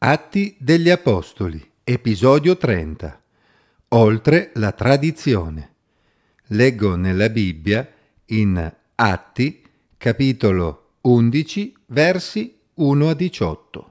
Atti degli Apostoli, episodio 30. Oltre la tradizione. Leggo nella Bibbia in Atti, capitolo 11, versi 1 a 18.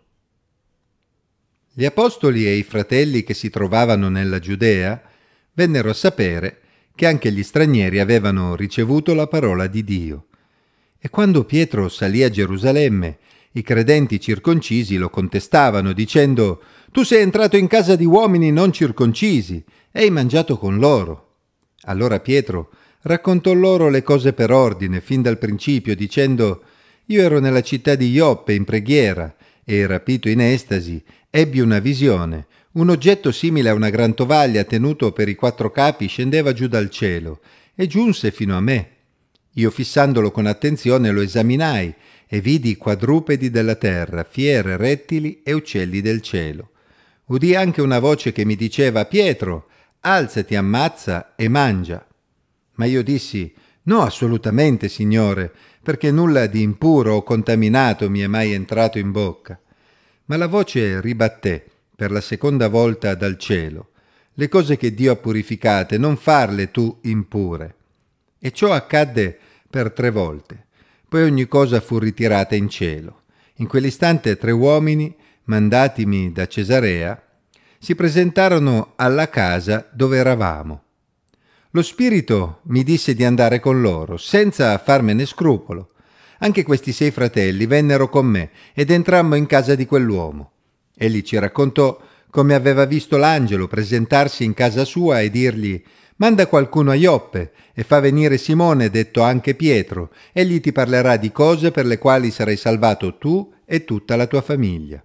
Gli apostoli e i fratelli che si trovavano nella Giudea vennero a sapere che anche gli stranieri avevano ricevuto la parola di Dio. E quando Pietro salì a Gerusalemme, i credenti circoncisi lo contestavano, dicendo: «Tu sei entrato in casa di uomini non circoncisi e hai mangiato con loro». Allora Pietro raccontò loro le cose per ordine, fin dal principio, dicendo: «Io ero nella città di Ioppe in preghiera e, rapito in estasi, ebbi una visione. Un oggetto simile a una gran tovaglia, tenuto per i 4 capi, scendeva giù dal cielo e giunse fino a me. Io, fissandolo con attenzione, lo esaminai e vidi quadrupedi della terra, fiere, rettili e uccelli del cielo. Udii anche una voce che mi diceva: «Pietro, alzati, ammazza e mangia». Ma io dissi: «No, assolutamente, Signore, perché nulla di impuro o contaminato mi è mai entrato in bocca». Ma la voce ribatté per la seconda volta dal cielo: «Le cose che Dio ha purificate, non farle tu impure». E ciò accadde per 3 volte. Poi ogni cosa fu ritirata in cielo. In quell'istante 3 uomini, mandatimi da Cesarea, si presentarono alla casa dove eravamo. Lo Spirito mi disse di andare con loro, senza farmene scrupolo. Anche questi 6 fratelli vennero con me ed entrammo in casa di quell'uomo. Egli ci raccontò come aveva visto l'angelo presentarsi in casa sua e dirgli: «Manda qualcuno a Ioppe e fa venire Simone, detto anche Pietro. Egli ti parlerà di cose per le quali sarai salvato tu e tutta la tua famiglia».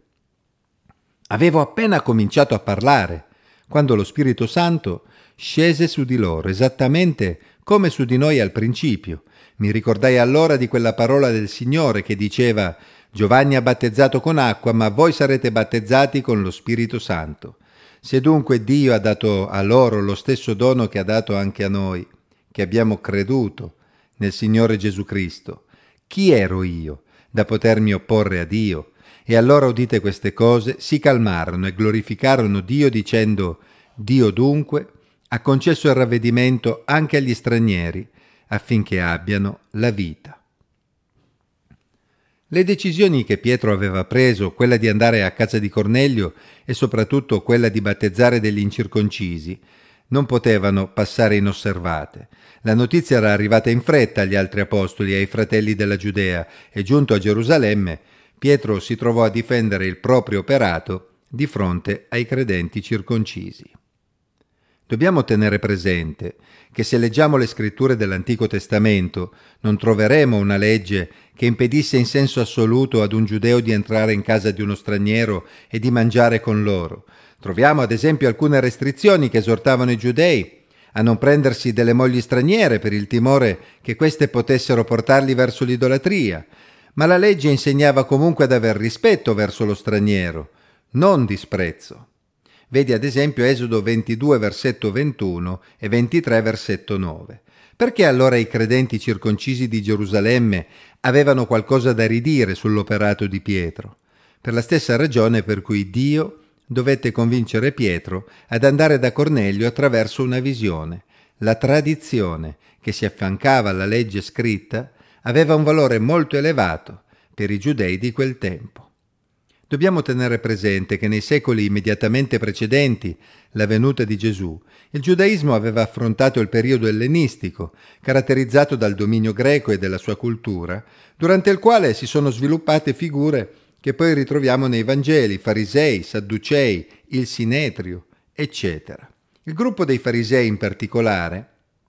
Avevo appena cominciato a parlare quando lo Spirito Santo scese su di loro, esattamente come su di noi al principio. Mi ricordai allora di quella parola del Signore che diceva: «Giovanni ha battezzato con acqua, ma voi sarete battezzati con lo Spirito Santo». Se dunque Dio ha dato a loro lo stesso dono che ha dato anche a noi, che abbiamo creduto nel Signore Gesù Cristo, chi ero io da potermi opporre a Dio? E allora, udite queste cose, si calmarono e glorificarono Dio dicendo: «Dio dunque ha concesso il ravvedimento anche agli stranieri, affinché abbiano la vita». Le decisioni che Pietro aveva preso, quella di andare a casa di Cornelio e soprattutto quella di battezzare degli incirconcisi, non potevano passare inosservate. La notizia era arrivata in fretta agli altri apostoli e ai fratelli della Giudea e, giunto a Gerusalemme, Pietro si trovò a difendere il proprio operato di fronte ai credenti circoncisi. Dobbiamo tenere presente che se leggiamo le scritture dell'Antico Testamento non troveremo una legge che impedisse in senso assoluto ad un giudeo di entrare in casa di uno straniero e di mangiare con loro. Troviamo ad esempio alcune restrizioni che esortavano i giudei a non prendersi delle mogli straniere per il timore che queste potessero portarli verso l'idolatria, ma la legge insegnava comunque ad aver rispetto verso lo straniero, non disprezzo. Vedi ad esempio Esodo 22 versetto 21 e 23 versetto 9. Perché allora i credenti circoncisi di Gerusalemme avevano qualcosa da ridire sull'operato di Pietro? Per la stessa ragione per cui Dio dovette convincere Pietro ad andare da Cornelio attraverso una visione. La tradizione che si affiancava alla legge scritta aveva un valore molto elevato per i giudei di quel tempo. Dobbiamo tenere presente che nei secoli immediatamente precedenti la venuta di Gesù, il giudaismo aveva affrontato il periodo ellenistico, caratterizzato dal dominio greco e della sua cultura, durante il quale si sono sviluppate figure che poi ritroviamo nei Vangeli: farisei, sadducei, il Sinedrio, eccetera. Il gruppo dei farisei in particolare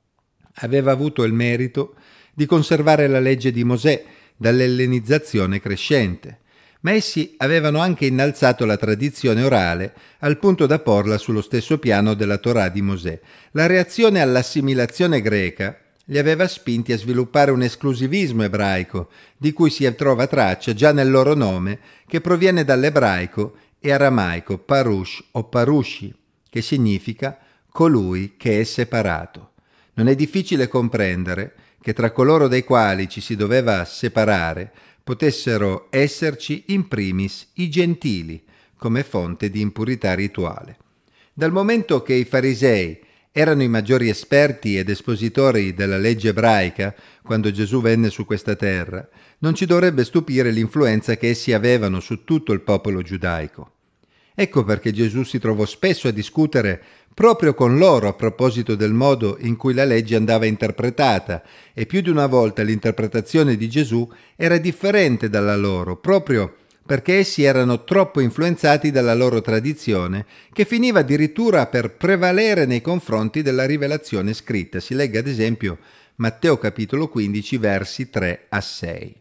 aveva avuto il merito di conservare la legge di Mosè dall'ellenizzazione crescente, ma essi avevano anche innalzato la tradizione orale al punto da porla sullo stesso piano della Torah di Mosè. La reazione all'assimilazione greca li aveva spinti a sviluppare un esclusivismo ebraico, di cui si trova traccia già nel loro nome, che proviene dall'ebraico e aramaico parush o parushi, che significa colui che è separato. Non è difficile comprendere che tra coloro dai quali ci si doveva separare potessero esserci in primis i gentili, come fonte di impurità rituale. Dal momento che i farisei erano i maggiori esperti ed espositori della legge ebraica quando Gesù venne su questa terra, non ci dovrebbe stupire l'influenza che essi avevano su tutto il popolo giudaico. Ecco perché Gesù si trovò spesso a discutere proprio con loro a proposito del modo in cui la legge andava interpretata, e più di una volta l'interpretazione di Gesù era differente dalla loro, proprio perché essi erano troppo influenzati dalla loro tradizione, che finiva addirittura per prevalere nei confronti della rivelazione scritta. Si legga ad esempio Matteo capitolo 15, versi 3 a 6.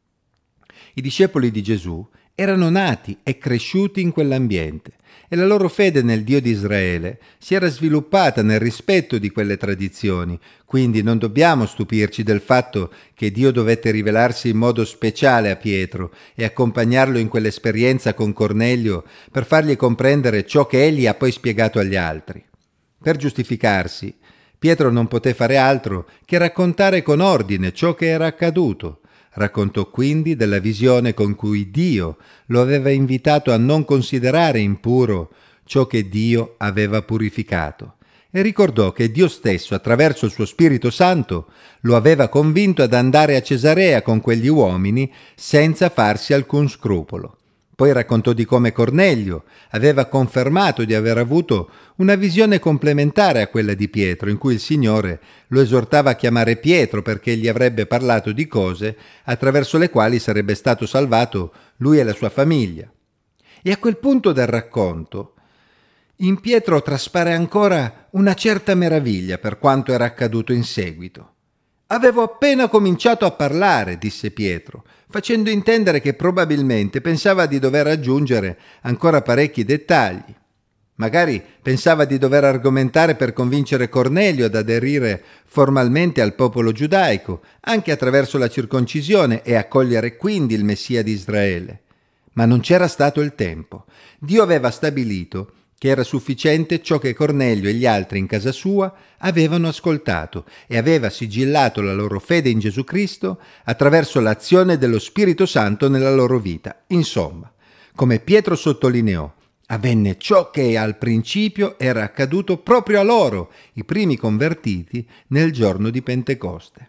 I discepoli di Gesù erano nati e cresciuti in quell'ambiente e la loro fede nel Dio di Israele si era sviluppata nel rispetto di quelle tradizioni, quindi non dobbiamo stupirci del fatto che Dio dovette rivelarsi in modo speciale a Pietro e accompagnarlo in quell'esperienza con Cornelio per fargli comprendere ciò che egli ha poi spiegato agli altri. Per giustificarsi, Pietro non poté fare altro che raccontare con ordine ciò che era accaduto. Raccontò quindi della visione con cui Dio lo aveva invitato a non considerare impuro ciò che Dio aveva purificato, e ricordò che Dio stesso, attraverso il suo Spirito Santo, lo aveva convinto ad andare a Cesarea con quegli uomini senza farsi alcun scrupolo. Poi raccontò di come Cornelio aveva confermato di aver avuto una visione complementare a quella di Pietro, in cui il Signore lo esortava a chiamare Pietro perché gli avrebbe parlato di cose attraverso le quali sarebbe stato salvato lui e la sua famiglia. E a quel punto del racconto, in Pietro traspare ancora una certa meraviglia per quanto era accaduto in seguito. «Avevo appena cominciato a parlare», disse Pietro, facendo intendere che probabilmente pensava di dover aggiungere ancora parecchi dettagli. Magari pensava di dover argomentare per convincere Cornelio ad aderire formalmente al popolo giudaico, anche attraverso la circoncisione, e accogliere quindi il Messia di Israele. Ma non c'era stato il tempo. Dio aveva stabilito che era sufficiente ciò che Cornelio e gli altri in casa sua avevano ascoltato, e aveva sigillato la loro fede in Gesù Cristo attraverso l'azione dello Spirito Santo nella loro vita. Insomma, come Pietro sottolineò, avvenne ciò che al principio era accaduto proprio a loro, i primi convertiti, nel giorno di Pentecoste.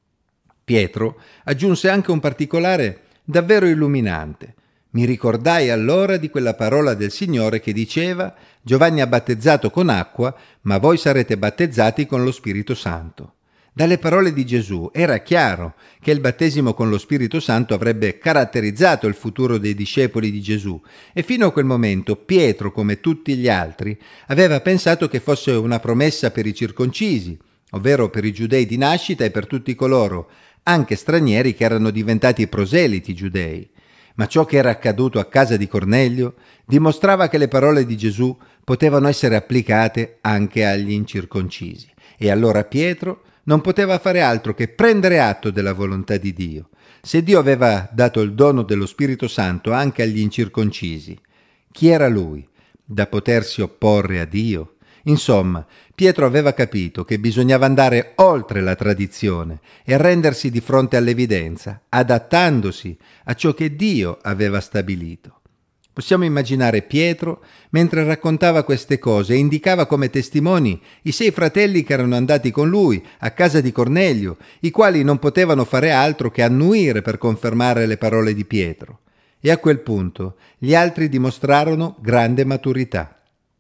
Pietro aggiunse anche un particolare davvero illuminante. Mi ricordai allora di quella parola del Signore che diceva: Giovanni ha battezzato con acqua, ma voi sarete battezzati con lo Spirito Santo. Dalle parole di Gesù era chiaro che il battesimo con lo Spirito Santo avrebbe caratterizzato il futuro dei discepoli di Gesù, e fino a quel momento Pietro, come tutti gli altri, aveva pensato che fosse una promessa per i circoncisi, ovvero per i giudei di nascita e per tutti coloro, anche stranieri, che erano diventati proseliti giudei. Ma ciò che era accaduto a casa di Cornelio dimostrava che le parole di Gesù potevano essere applicate anche agli incirconcisi. E allora Pietro non poteva fare altro che prendere atto della volontà di Dio. Se Dio aveva dato il dono dello Spirito Santo anche agli incirconcisi, chi era lui da potersi opporre a Dio? Insomma, Pietro aveva capito che bisognava andare oltre la tradizione e arrendersi di fronte all'evidenza, adattandosi a ciò che Dio aveva stabilito. Possiamo immaginare Pietro mentre raccontava queste cose e indicava come testimoni i 6 fratelli che erano andati con lui a casa di Cornelio, i quali non potevano fare altro che annuire per confermare le parole di Pietro. E a quel punto gli altri dimostrarono grande maturità,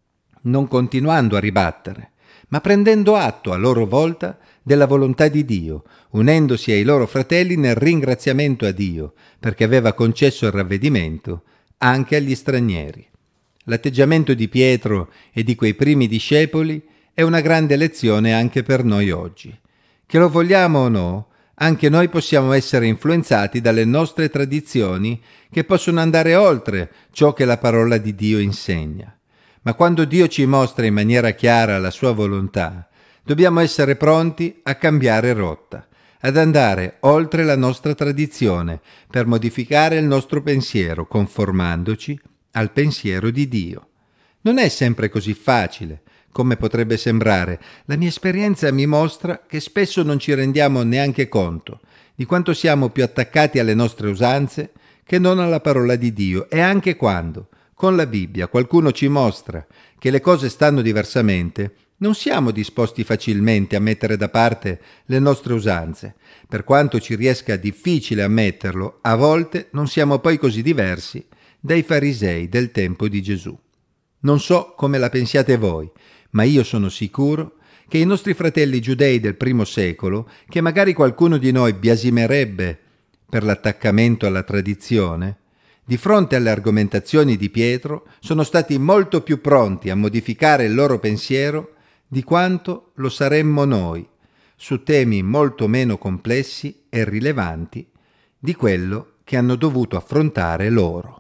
non continuando a ribattere, ma prendendo atto a loro volta della volontà di Dio, unendosi ai loro fratelli nel ringraziamento a Dio, perché aveva concesso il ravvedimento anche agli stranieri. L'atteggiamento di Pietro e di quei primi discepoli è una grande lezione anche per noi oggi. Che lo vogliamo o no, anche noi possiamo essere influenzati dalle nostre tradizioni che possono andare oltre ciò che la parola di Dio insegna. Ma quando Dio ci mostra in maniera chiara la sua volontà, dobbiamo essere pronti a cambiare rotta, ad andare oltre la nostra tradizione per modificare il nostro pensiero, conformandoci al pensiero di Dio. Non è sempre così facile, come potrebbe sembrare. La mia esperienza mi mostra che spesso non ci rendiamo neanche conto di quanto siamo più attaccati alle nostre usanze che non alla parola di Dio, e anche quando, con la Bibbia qualcuno ci mostra che le cose stanno diversamente, non siamo disposti facilmente a mettere da parte le nostre usanze. Per quanto ci riesca difficile ammetterlo, a volte non siamo poi così diversi dai farisei del tempo di Gesù. Non so come la pensiate voi, ma io sono sicuro che i nostri fratelli giudei del primo secolo, che magari qualcuno di noi biasimerebbe per l'attaccamento alla tradizione, di fronte alle argomentazioni di Pietro sono stati molto più pronti a modificare il loro pensiero di quanto lo saremmo noi su temi molto meno complessi e rilevanti di quello che hanno dovuto affrontare loro.